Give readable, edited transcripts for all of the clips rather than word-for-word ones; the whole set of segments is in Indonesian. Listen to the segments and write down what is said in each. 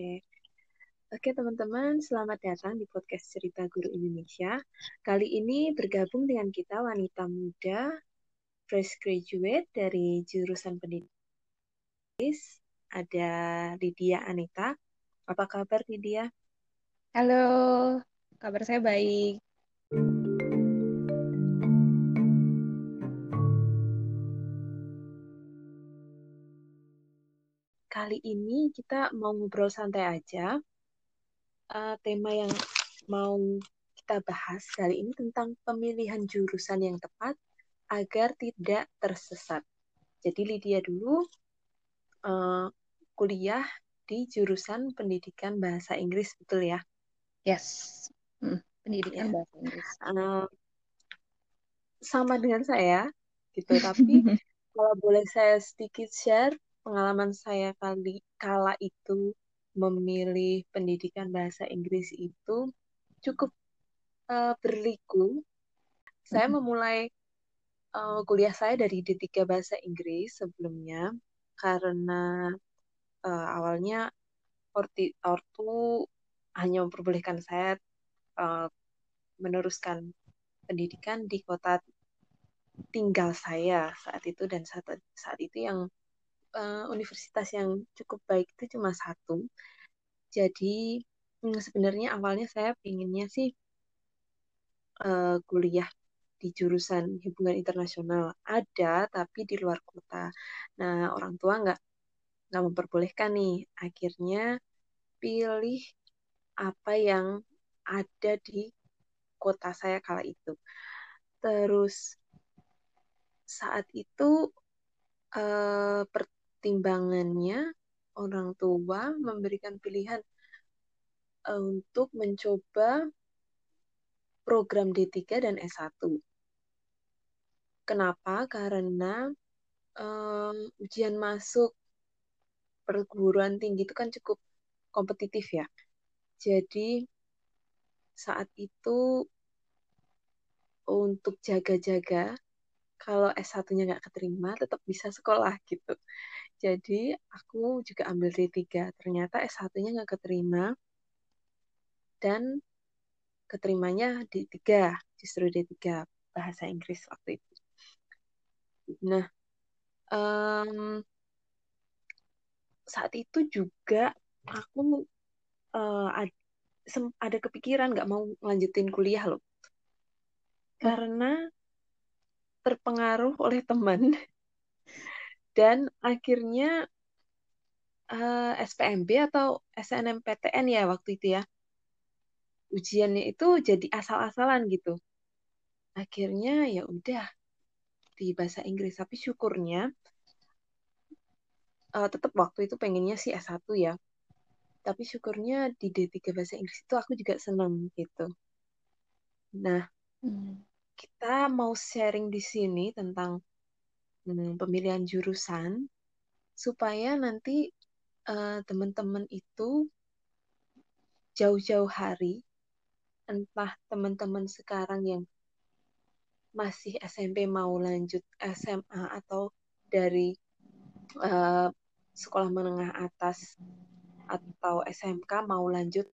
Oke. Oke, teman-teman, selamat datang di podcast Cerita Guru Indonesia. Kali ini bergabung dengan kita wanita muda, fresh graduate dari jurusan pendidikan. Ada Lydia Anita. Apa kabar, Lydia? Halo, kabar saya baik. Kali ini kita mau ngobrol santai aja. Tema yang mau kita bahas kali ini tentang pemilihan jurusan yang tepat agar tidak tersesat. Jadi Lydia dulu kuliah di jurusan pendidikan bahasa Inggris, betul ya? Yes, pendidikan Ya, bahasa Inggris. sama dengan saya, gitu. Tapi kalau boleh saya sedikit share pengalaman saya kala itu memilih pendidikan bahasa Inggris itu cukup berliku. Saya memulai kuliah saya dari D3 Bahasa Inggris sebelumnya karena awalnya ortu hanya memperbolehkan saya uh, meneruskan pendidikan di kota tinggal saya saat itu, dan saat itu yang universitas yang cukup baik itu cuma satu. Jadi sebenarnya awalnya saya pinginnya sih kuliah di jurusan hubungan internasional ada, tapi di luar kota. Nah, orang tua nggak memperbolehkan nih. Akhirnya pilih apa yang ada di kota saya kala itu. Terus saat itu pertimbangannya orang tua memberikan pilihan untuk mencoba program D3 dan S1. Kenapa? Karena ujian masuk perguruan tinggi itu kan cukup kompetitif ya. Jadi saat itu untuk jaga-jaga kalau S1-nya nggak keterima tetap bisa sekolah gitu. Jadi aku juga ambil D3. Ternyata S1-nya nggak keterima dan keterimanya D3, justru D3 bahasa Inggris waktu itu. Nah, em, saat itu juga aku eh, ad- ada kepikiran nggak mau lanjutin kuliah loh. Oh, Karena terpengaruh oleh teman dan akhirnya SPMB atau SNMPTN ya waktu itu ya. Ujiannya itu jadi asal-asalan gitu. Akhirnya ya udah di bahasa Inggris, tapi syukurnya tetap waktu itu pengennya sih S1 ya. Tapi syukurnya di D3 bahasa Inggris itu aku juga seneng gitu. Nah, hmm. kita mau sharing di sini tentang pemilihan jurusan supaya nanti teman-teman itu jauh-jauh hari, entah teman-teman sekarang yang masih SMP mau lanjut SMA atau dari eh, sekolah menengah atas atau SMK mau lanjutnya,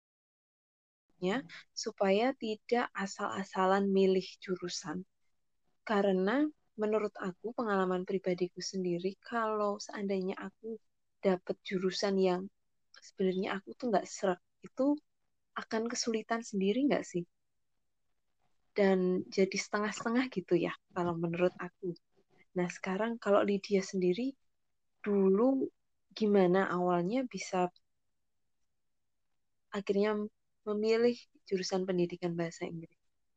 supaya tidak asal-asalan milih jurusan. Karena menurut aku, pengalaman pribadiku sendiri, kalau seandainya aku dapat jurusan yang sebenarnya aku tuh nggak serak, itu akan kesulitan sendiri nggak sih? Dan jadi setengah-setengah gitu ya, kalau menurut aku. Nah, sekarang kalau Lydia sendiri, dulu gimana awalnya bisa akhirnya memilih jurusan pendidikan bahasa Inggris?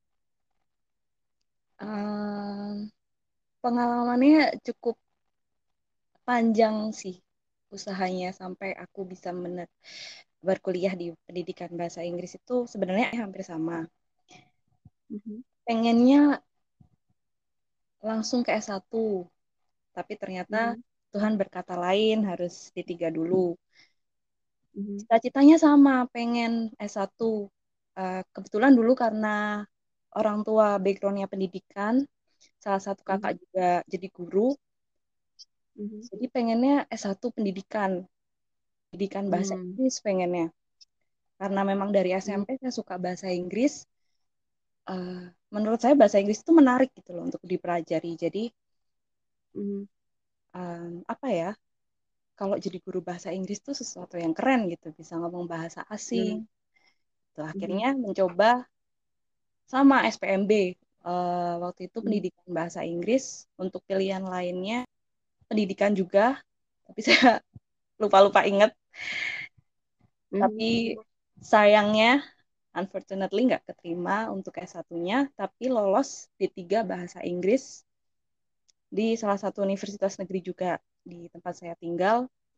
Em, Pengalamannya cukup panjang sih usahanya sampai aku bisa berkuliah di pendidikan bahasa Inggris itu sebenarnya hampir sama. Mhm, Pengennya langsung ke S1, tapi ternyata mhm, Tuhan berkata lain, harus D3 dulu. mhm, Cita-citanya sama, pengen S1. Kebetulan dulu karena orang tua background-nya pendidikan, salah satu kakak mhm, juga jadi guru, mhm, jadi pengennya S1 pendidikan. pendidikan bahasa Hmm. Inggris pengennya. Karena memang dari Hmm. SMP saya suka bahasa Inggris. eh, Menurut saya bahasa Inggris itu menarik gitu loh untuk dipelajari. Jadi Hmm. apa ya? Kalau jadi guru bahasa Inggris itu sesuatu yang keren gitu, bisa ngomong bahasa asing. Hmm. Tuh, Hmm. akhirnya mencoba sama SPMB. Waktu itu Hmm. pendidikan bahasa Inggris, untuk pilihan lainnya pendidikan juga, tapi saya lupa-lupa inget. Hmm. Tapi sayangnya, unfortunately nggak keterima untuk S1-nya, tapi lolos D3 bahasa Inggris di salah satu universitas negeri juga di tempat saya tinggal.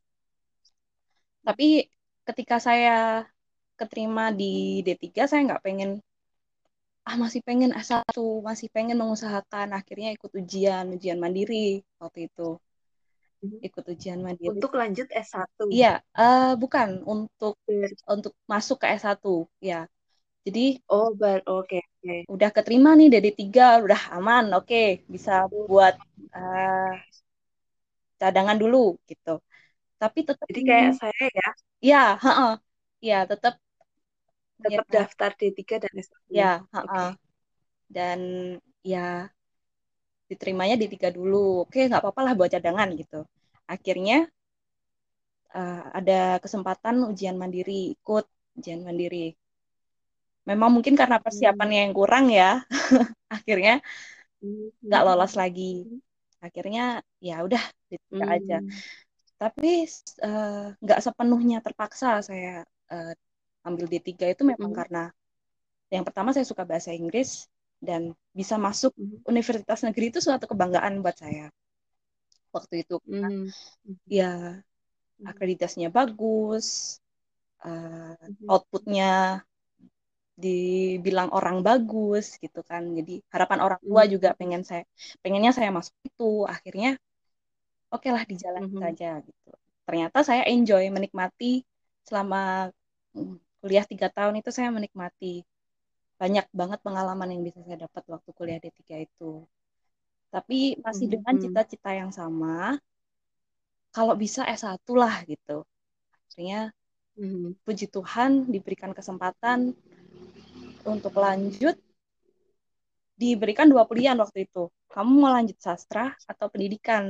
Tapi ketika saya keterima di D3, saya nggak pengen, masih pengen S1, masih pengen mengusahakan. Akhirnya ikut ujian mandiri waktu itu. Hmm. Ikut ujian mandiri. Untuk lanjut S1. Iya, bukan untuk Ber- masuk ke S1. Ya, jadi Oh, oke, oke. udah keterima nih dari 3, udah aman, oke, bisa buat eh, cadangan dulu gitu. Tapi tetap Jadi ingin, kayak saya ya, ya, heeh, ya tetap, ya, tetap daftar D3 dan S1. ya, heeh. Oke. Dan ya diterimanya di 3 dulu, oke, nggak apa-apa lah buat cadangan gitu. Akhirnya ada kesempatan ujian mandiri, ikut ujian mandiri. Memang mungkin karena Hmm. persiapannya yang kurang ya, akhirnya Hmm. nggak Hmm. lolos lagi. Hmm. Akhirnya ya udah tidak aja. Hmm. Tapi eh, nggak sepenuhnya terpaksa saya eh, ambil D3 itu memang Hmm. karena yang pertama saya suka bahasa Inggris dan bisa masuk Hmm. universitas negeri itu suatu kebanggaan buat saya waktu itu. Karena Hmm. ya Hmm. akreditasinya bagus, Hmm. outputnya dibilang orang bagus gitu kan. Jadi harapan orang tua Hmm. juga Hmm. pengennya saya masuk itu. Akhirnya oke lah dijalan Hmm. saja gitu. Ternyata saya enjoy menikmati selama kuliah 3 tahun itu, saya menikmati banyak banget pengalaman yang bisa saya dapat waktu kuliah D3 itu. Tapi masih Hmm. dengan Hmm. cita-cita yang sama, kalau bisa S1 lah gitu. Akhirnya Hmm. puji Tuhan diberikan kesempatan untuk lanjut, diberikan 2 pilihan waktu itu. Kamu mau lanjut sastra atau pendidikan?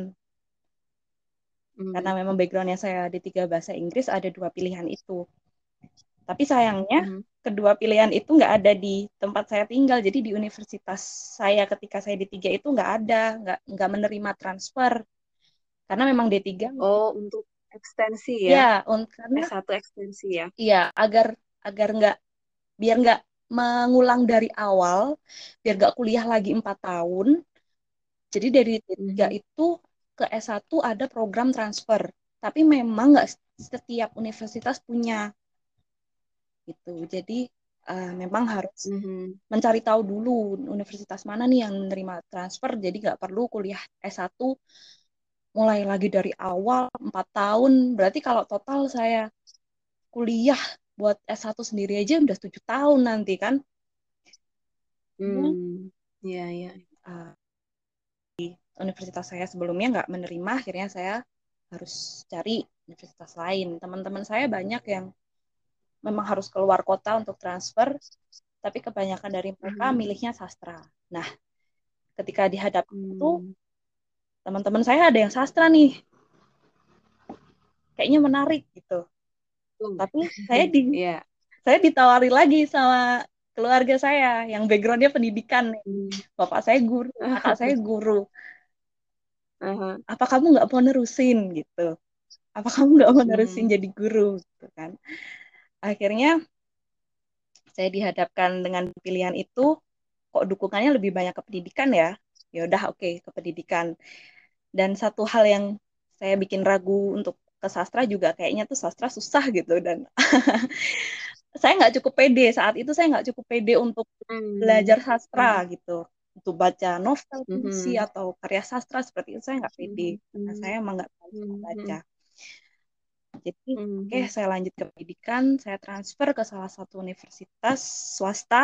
Karena Hmm. memang backgroundnya saya D3 bahasa Inggris, ada 2 pilihan itu. Tapi sayangnya Hmm. kedua pilihan itu nggak ada di tempat saya tinggal. Jadi di universitas saya ketika saya D3 itu nggak ada, nggak menerima transfer. Karena memang D3, Oh, untuk ekstensi ya, ya, karena S1 ekstensi ya. ya agar agar nggak biar nggak mengulang dari awal, biar nggak kuliah lagi 4 tahun. Jadi dari D3 Mhm. itu ke S1 ada program transfer. Tapi memang nggak setiap universitas punya gitu. Jadi memang harus Mhm. mencari tahu dulu universitas mana nih yang menerima transfer, jadi nggak perlu kuliah S1 mulai lagi dari awal 4 tahun. Berarti kalau total saya kuliah buat S1 sendiri aja udah 7 tahun nanti kan. Hmm. Ya, ya. Uh, Universitas saya sebelumnya nggak menerima, akhirnya saya harus cari universitas lain. Teman-teman saya banyak yang memang harus keluar kota untuk transfer, tapi kebanyakan dari mereka Mhm. milihnya sastra. Nah, ketika dihadapkan itu, Hmm. teman-teman saya ada yang sastra nih, kayaknya menarik gitu. Tuh. Tapi Ya. saya ditawari lagi sama keluarga saya yang backgroundnya pendidikan nih. Hmm. Bapak saya guru, kakak saya guru. Aha. Apa kamu nggak mau nerusin gitu? Apa kamu nggak mau nerusin Hmm. jadi guru gitu kan? Akhirnya saya dihadapkan dengan pilihan itu, kok dukungannya lebih banyak ke pendidikan ya? Ya udah oke, ke pendidikan. Dan satu hal yang saya bikin ragu untuk ke sastra juga, kayaknya tuh sastra susah gitu, dan saya nggak cukup pede saat itu, saya nggak cukup pede untuk belajar Hmm. sastra Hmm. gitu, untuk baca novel puisi Mhm. atau karya sastra seperti itu saya nggak pede Mhm. karena saya emang nggak terlalu suka baca. Mhm. Jadi oke, Mhm. saya lanjut ke pendidikan, saya transfer ke salah satu universitas swasta.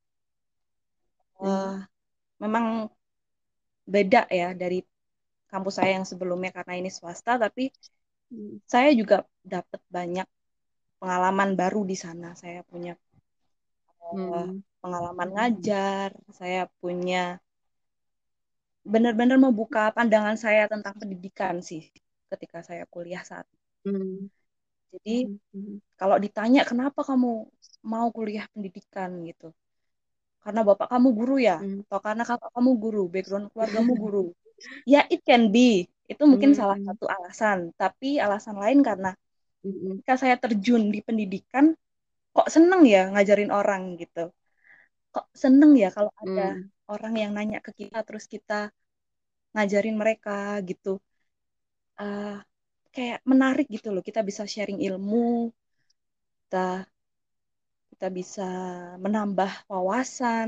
Mhm. Eh, Memang beda ya dari kampus saya yang sebelumnya karena ini swasta, tapi Hmm. saya juga dapat banyak pengalaman baru di sana. Saya punya eh, Hmm. pengalaman ngajar, saya punya benar-benar membuka pandangan saya tentang pendidikan sih ketika saya kuliah saat. Hmm. Jadi Hmm. Hmm. kalau ditanya kenapa kamu mau kuliah pendidikan gitu, karena bapak kamu guru ya, Hmm. atau karena kakak kamu guru, background keluargamu guru, ya it can be, itu mungkin Hmm. salah Hmm. satu alasan. Tapi alasan lain karena Hmm. ketika saya terjun di pendidikan, kok seneng ya ngajarin orang gitu, kok seneng ya kalau ada Hmm. orang yang nanya ke kita terus kita ngajarin mereka gitu. Eh, Kayak menarik gitu loh, kita bisa sharing ilmu, kita kita bisa menambah wawasan.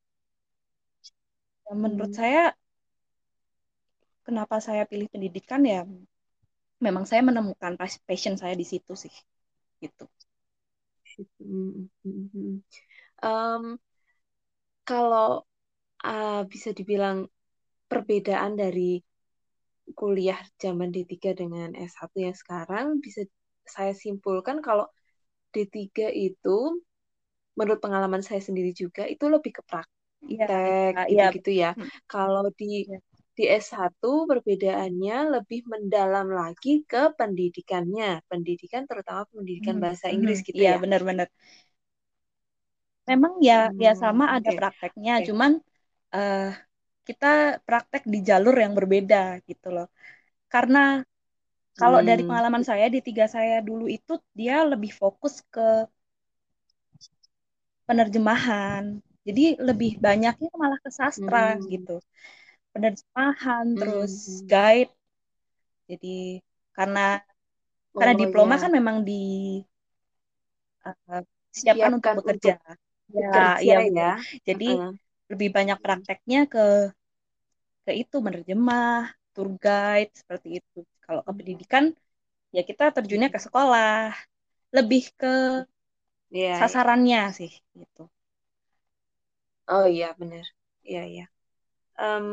Dan menurut Hmm. saya kenapa saya pilih pendidikan ya, memang saya menemukan passion saya di situ sih gitu. Hmm. Hmm. Hmm. Em, kalau bisa dibilang perbedaan dari kuliah zaman D3 dengan S1 yang sekarang, bisa saya simpulkan kalau D3 itu, menurut pengalaman saya sendiri juga, itu lebih ke Iya, praktek iya, iya, gitu-gitu ya. hmm, Kalau iya. di S1 perbedaannya lebih mendalam lagi ke pendidikannya. Pendidikan terutama pendidikan Mhm, bahasa mhm. Inggris gitu Iya, ya. benar-benar. Memang ya, ya sama ada Oke. prakteknya, Oke. cuman eh, kita praktek di jalur yang berbeda gitu loh. Karena kalau dari Hmm. pengalaman saya di tiga saya dulu itu dia lebih fokus ke penerjemahan. Jadi lebih banyaknya malah ke sastra Hmm. gitu. Penerjemahan terus Hmm. guide. Jadi karena Oh diploma kan ya, memang disiapkan untuk siapkan bekerja. untuk Ya, bekerja iya betul. ya. Jadi Heeh. lebih banyak prakteknya ke itu menerjemah, tour guide seperti itu. Kalau ke pendidikan ya kita terjunnya ke sekolah, lebih ke Iya, iya. sasarannya sih gitu. Oh iya, benar. Iya, iya. Em,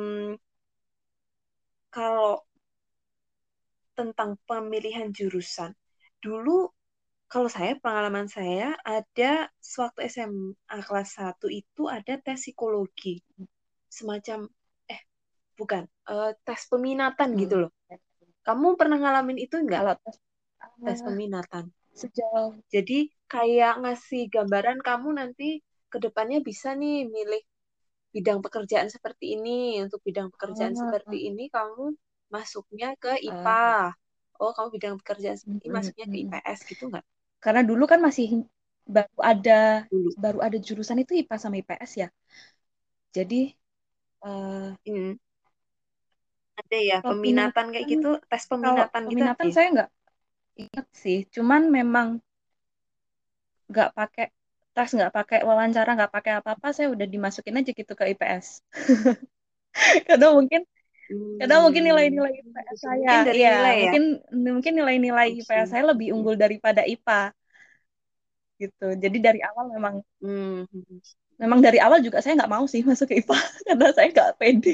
kalau tentang pemilihan jurusan, dulu kalau saya, pengalaman saya ada sewaktu SMA kelas 1 itu ada tes psikologi. Semacam, eh bukan, tes peminatan gitu Hmm. loh. Kamu pernah ngalamin itu enggak? Kalau tes Tes eh, peminatan. sejauh Jadi kayak ngasih gambaran kamu nanti ke depannya bisa nih milih bidang pekerjaan seperti ini. Untuk bidang pekerjaan seperti ah, ini kamu masuknya ke IPA. ah, Oh, kamu bidang pekerjaan mm, seperti ini mm, masuknya ke mm. IPS gitu nggak? Karena dulu kan masih baru ada Dulu. baru ada jurusan itu IPA sama IPS ya. Jadi eh, Hmm, ada ya peminatan kayak peminatan gitu, tes kalau peminatan gitu ada peminatan ya? saya nggak ingat sih. Cuman memang nggak pakai tes, nggak pakai wawancara, nggak pakai apa-apa, saya udah dimasukin aja gitu ke IPS. Karena mungkin Hmm, nilai-nilai IPS gitu. saya, Mungkin dari iya nilai ya? mungkin mungkin nilai-nilai IPS Oke. saya lebih unggul daripada IPA gitu. Jadi dari awal memang Hmm. Hmm. memang dari awal juga saya nggak mau sih masuk ke IPA karena saya nggak pede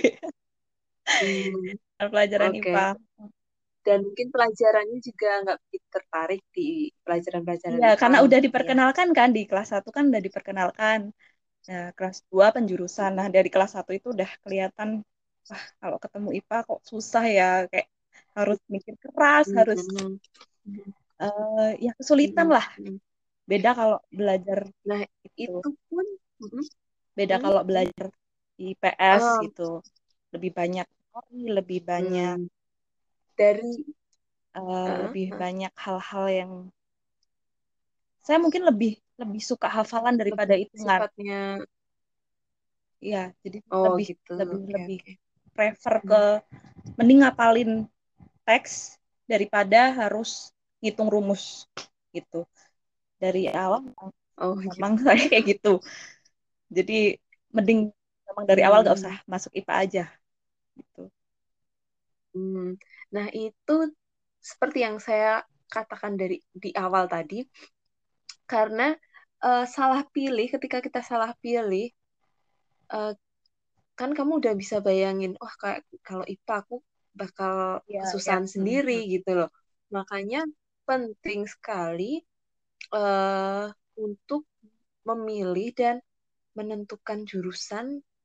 Hmm. dengan pelajaran IPA. Oke. Dan mungkin pelajarannya juga nggak begitu tertarik di pelajaran-pelajaran Iya, IPA karena udah mungkin ya. diperkenalkan kan di kelas satu kan udah diperkenalkan. Nah, kelas 2 penjurusan. Nah, dari kelas satu itu udah kelihatan, wah, kalau ketemu IPA kok susah ya, kayak harus mikir keras, Hmm. harus Hmm. ya kesulitan Hmm. lah. Hmm. Beda kalau belajar Nah, itu. itu pun Beda hmm. kalau belajar di IPS Um, gitu. Lebih banyak teori, lebih banyak hmm, dari lebih uh, banyak hal-hal yang saya mungkin lebih lebih suka hafalan daripada lebih hitungan. sifatnya. Iya, jadi Oh lebih gitu. lebih Oke, lebih oke. prefer ke Hmm. mending ngapalin teks daripada harus ngitung rumus gitu. Dari awal Oh memang gitu. saya kayak gitu. Jadi mending memang dari awal gak usah Hmm. masuk IPA aja gitu. Hmm. Nah, itu seperti yang saya katakan dari di awal tadi, karena salah pilih, ketika kita salah pilih, eh, kan kamu udah bisa bayangin, wah kayak kalau IPA aku bakal Iya, iya. kesusahan Mm, sendiri mm. gitu loh. Makanya penting sekali eh, untuk memilih dan menentukan jurusan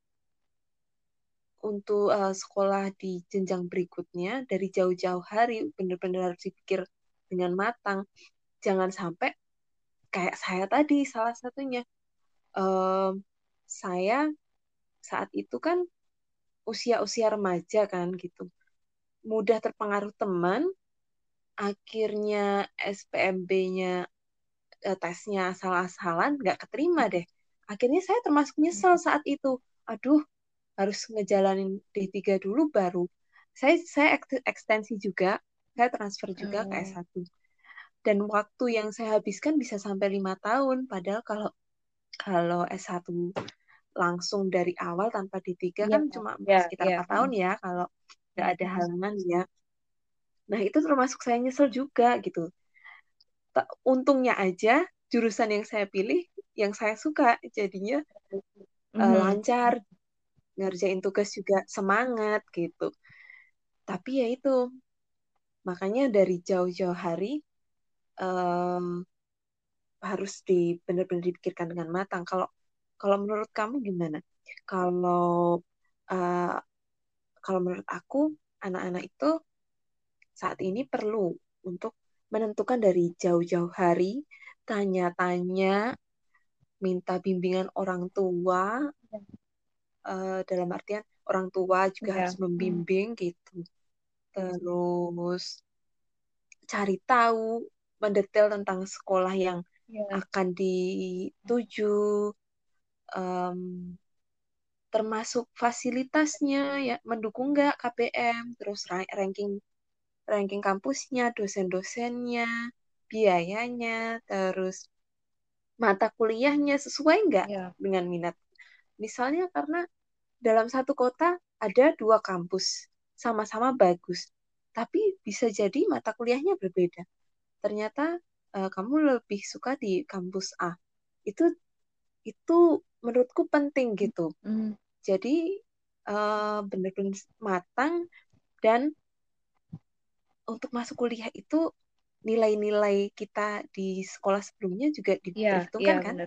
untuk sekolah di jenjang berikutnya dari jauh-jauh hari, benar-benar harus dipikir dengan matang. Jangan sampai kayak saya tadi, salah satunya. Em, saya saat itu kan usia-usia remaja kan gitu. Mudah terpengaruh teman, akhirnya SPMB-nya tesnya asal-asalan, nggak keterima deh. Akhirnya saya termasuk nyesel saat itu. Aduh, harus ngejalanin D3 dulu baru. Saya ekstensi juga, saya transfer juga ke Oh, S1. Dan waktu yang saya habiskan bisa sampai 5 tahun. Padahal kalau kalau S1 langsung dari awal tanpa D3 iya, kan cuma iya, sekitar iya. 4 tahun ya kalau nggak ada halangan ya. Nah itu termasuk saya nyesel juga gitu. Untungnya aja jurusan yang saya pilih yang saya suka jadinya Mhm. lancar, ngerjain tugas juga semangat gitu. Tapi ya itu, makanya dari jauh-jauh hari em, harus benar-benar dipikirkan dengan matang. Kalau kalau menurut kamu gimana? Kalau eh, kalau menurut aku anak-anak itu saat ini perlu untuk menentukan dari jauh-jauh hari, tanya-tanya, minta bimbingan orang tua, dalam artian orang tua juga Iya, harus membimbing gitu. Terus cari tahu mendetail tentang sekolah yang iya, akan dituju, em, termasuk fasilitasnya ya mendukung nggak KPM, terus ranking ranking kampusnya, dosen-dosennya, biayanya, terus mata kuliahnya sesuai nggak iya. dengan minat. Misalnya karena dalam satu kota ada dua kampus sama-sama bagus, tapi bisa jadi mata kuliahnya berbeda. Ternyata kamu lebih suka di kampus A. Itu itu menurutku penting gitu. Mm, Jadi benar-benar matang dan untuk masuk kuliah itu nilai-nilai kita di sekolah sebelumnya juga iya, iya diperhitungkan kan? benar.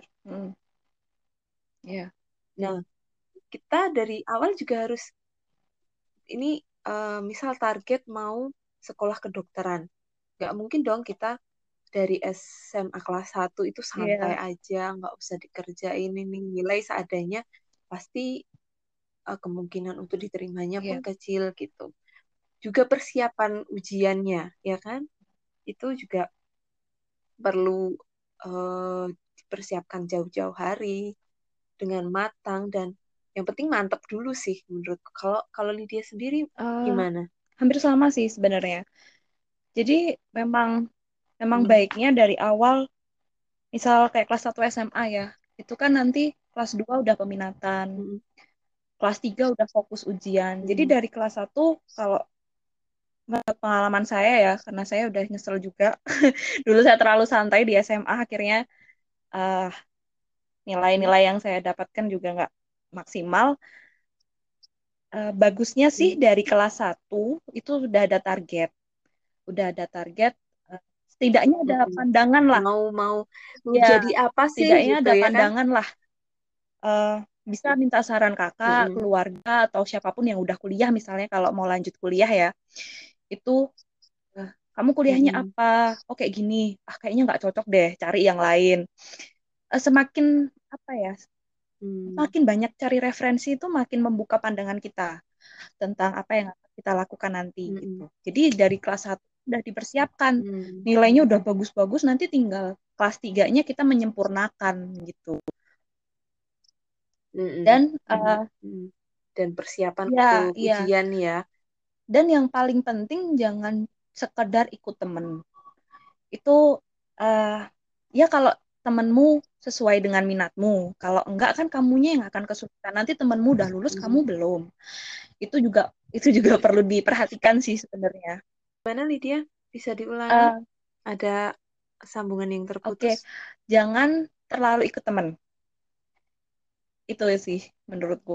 Iya, Nah, kita dari awal juga harus ini misal target mau sekolah kedokteran. Nggak mungkin dong kita dari SMA kelas 1 itu santai iya, aja, nggak usah dikerjain ini nilai seadanya, pasti kemungkinan untuk diterimanya pun iya. kecil gitu. Juga persiapan ujiannya, ya kan? Itu juga perlu dipersiapkan jauh-jauh hari dengan matang dan yang penting mantap dulu sih menurutku. Kalau kalau Lydia sendiri Eh, gimana? hampir sama sih sebenarnya. Jadi memang memang Mm, baiknya dari awal, misal kayak kelas 1 SMA ya, itu kan nanti kelas 2 udah peminatan, mm, kelas 3 udah fokus ujian. Jadi mm, dari kelas 1 kalau menurut pengalaman saya ya, karena saya udah nyesel juga, dulu saya terlalu santai di SMA, akhirnya eh, mm, nilai-nilai yang saya dapatkan juga nggak maksimal. Bagusnya sih mm, dari kelas 1 itu sudah ada target. Udah ada target, eh, setidaknya ada mm. pandangan lah. Mau mau mau Ya, jadi apa sih setidaknya gitu ada ya kan? pandangan lah. Eh, bisa minta saran kakak, Mm, keluarga, atau siapapun yang udah kuliah misalnya kalau mau lanjut kuliah ya. Itu, kamu kuliahnya mm, apa? Oh kayak gini. Ah kayaknya nggak cocok deh, cari yang lain. Semakin apa ya? mm, Makin banyak cari referensi itu makin membuka pandangan kita tentang apa yang akan kita lakukan nanti mm, gitu. mm, Jadi dari kelas 1 udah dipersiapkan, mm, nilainya udah bagus-bagus, nanti tinggal kelas 3-nya kita menyempurnakan gitu. mm, mm, Dan mm. Dan persiapan ya, untuk iya. ujian ya. Dan yang paling penting jangan sekedar ikut temen. Itu eh ya kalau temenmu sesuai dengan minatmu. Kalau enggak kan kamunya yang akan kesulitan. Nanti temenmu udah lulus, kamu Mm. belum. Itu juga perlu diperhatikan sih sebenarnya. Mana Lydia? Bisa diulangi? Eh, Ada sambungan yang oke, terputus? jangan terlalu ikut temen. Itu sih menurutku.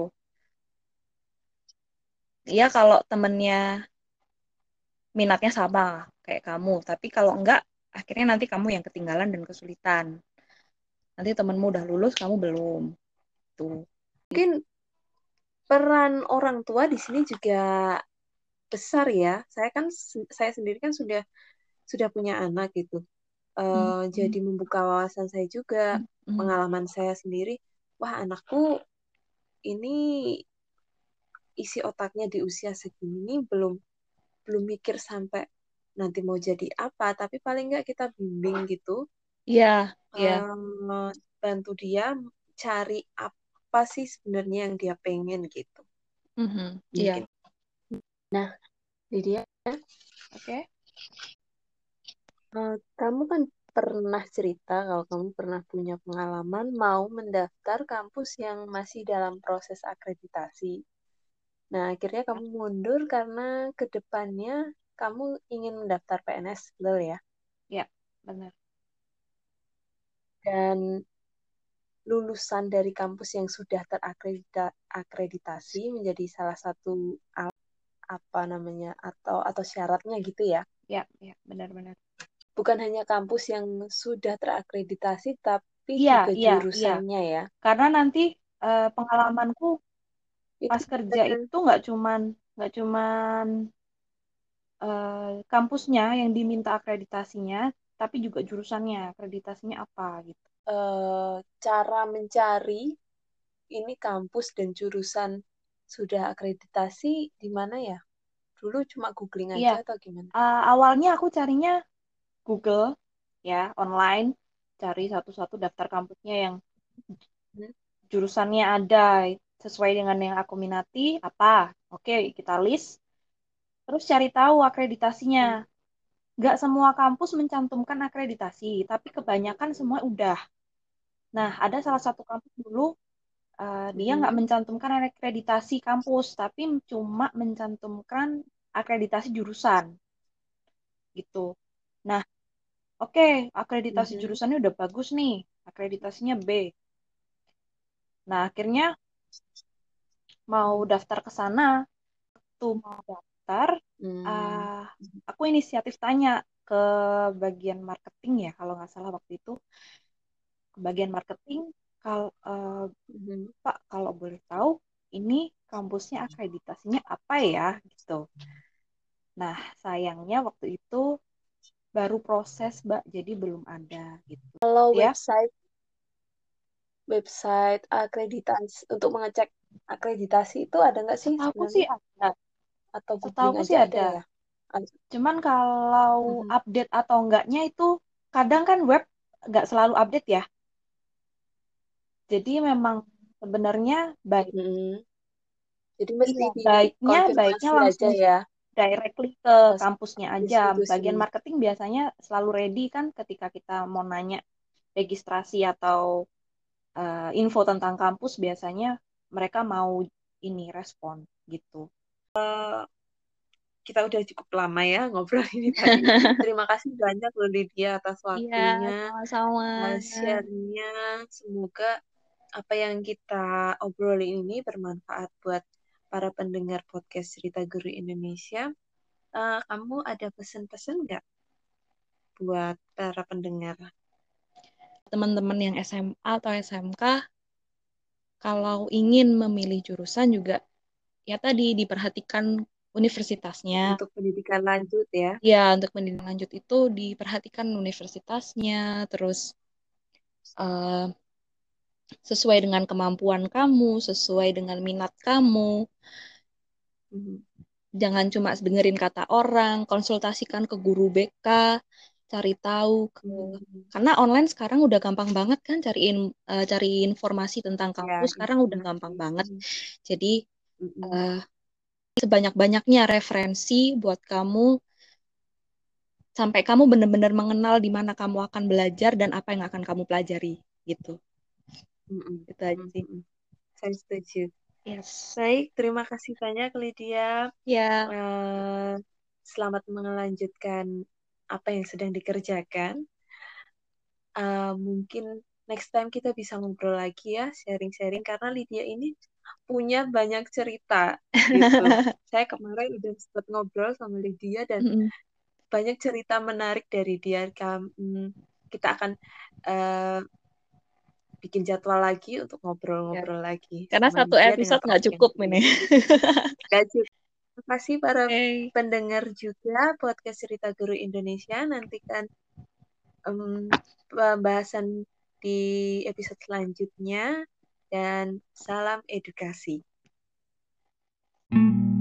Iya kalau temennya minatnya sama. kayak kamu. Tapi kalau enggak, akhirnya nanti kamu yang ketinggalan dan kesulitan. Nanti temenmu udah lulus, kamu belum. Tuh. Mungkin peran orang tua di sini juga besar ya. Saya sendiri kan sudah punya anak gitu. Mm-mm. Jadi membuka wawasan saya juga, Mm-mm. pengalaman saya sendiri. Wah, anakku ini isi otaknya di usia segini nih belum belum mikir sampai nanti mau jadi apa, tapi paling nggak kita bimbing gitu, Iya, iya. bantu dia cari apa sih sebenarnya yang dia pengen gitu. Mhm. Mungkin. Iya. Nah, Lydia, Oke. kamu kan pernah cerita kalau kamu pernah punya pengalaman mau mendaftar kampus yang masih dalam proses akreditasi. Nah, akhirnya kamu mundur karena ke depannya kamu ingin mendaftar PNS, betul ya? Ya, benar. Dan lulusan dari kampus yang sudah terakreditasi menjadi salah satu apa namanya atau syaratnya gitu ya. Ya, ya, benar-benar. Bukan hanya kampus yang sudah terakreditasi tapi Iya, juga iya, iya. jurusannya ya. Karena nanti pengalamanku Itu pas kerja itu nggak cuman kampusnya yang diminta akreditasinya, tapi juga jurusannya akreditasinya apa gitu. cara mencari ini kampus dan jurusan sudah akreditasi di mana ya? Dulu cuma googling Iya, aja atau gimana? awalnya aku carinya Google ya, online, cari satu-satu daftar kampusnya yang Hmm? jurusannya ada sesuai dengan yang aku minati apa. Oke, kita list, terus cari tahu akreditasinya. Hmm. Nggak semua kampus mencantumkan akreditasi, tapi kebanyakan semua udah. Nah, ada salah satu kampus dulu, dia nggak Hmm. mencantumkan akreditasi kampus, tapi cuma mencantumkan akreditasi jurusan, gitu. Nah, oke, akreditasi Hmm. jurusannya udah bagus nih, akreditasinya B. Nah, akhirnya mau daftar ke sana, tuh mau daftar, Hmm. ah, aku inisiatif tanya ke bagian marketing ya, kalau nggak salah waktu itu, ke bagian marketing, kalau Hmm. Pak, kalau boleh tahu, ini kampusnya akreditasinya apa ya, gitu. Nah, sayangnya waktu itu baru proses, Mbak, jadi belum ada, gitu. Kalau Ya, website akreditasi untuk mengecek akreditasi itu ada nggak sih setahuku sih sebenarnya? ada. Atau googling Setahuku aja sih ada ada. ya? Cuman kalau Mhm. update atau enggaknya itu kadang kan web nggak selalu update ya. Jadi memang sebenarnya baik, Mhm. Jadi iya, mesti baiknya dikonfirmasi aja langsung ya directly ke ke kampusnya aja. Bagian institusinya. marketing biasanya selalu ready kan ketika kita mau nanya registrasi atau info tentang kampus biasanya mereka mau ini respon gitu. Kita udah cukup lama ya ngobrol ini tadi. Terima kasih banyak loh Lydia atas Iya, waktunya, sama-sama. share-nya. Semoga apa yang kita obrolin ini bermanfaat buat para pendengar podcast Cerita Guru Indonesia. Kamu ada pesan-pesan nggak buat para pendengar? Teman-teman yang SMA atau SMK, kalau ingin memilih jurusan juga, ya tadi diperhatikan universitasnya. Untuk pendidikan lanjut ya. Ya, untuk pendidikan lanjut itu diperhatikan universitasnya, terus eh, sesuai dengan kemampuan kamu, sesuai dengan minat kamu. Mhm. Jangan cuma dengerin kata orang, konsultasikan ke guru BK, cari tahu Mhm. karena online sekarang udah gampang banget kan cari informasi tentang Ya, kampus sekarang udah gampang informasi. banget. Mhm. Jadi Mhm. eh, sebanyak-banyaknya referensi buat kamu sampai kamu benar-benar mengenal di mana kamu akan belajar dan apa yang akan kamu pelajari gitu. Mhm. Itu aja sih. Mhm. Saya setuju. Yes. Baik, terima kasih banyak Lydia. Ya, Eh, Selamat melanjutkan apa yang sedang dikerjakan. Mungkin next time kita bisa ngobrol lagi ya, sharing-sharing karena Lydia ini punya banyak cerita gitu. Saya kemarin udah sempat ngobrol sama Lydia dan mm-mm. banyak cerita menarik dari dia. Kita akan uh, bikin jadwal lagi untuk Ya. ngobrol-ngobrol lagi Karena sama satu dia dengan episode nggak topik yang cukup ini. berbeda. Gak juga. Terima kasih para Oke. pendengar juga podcast Cerita Guru Indonesia. Nantikan pembahasan di episode selanjutnya dan salam edukasi.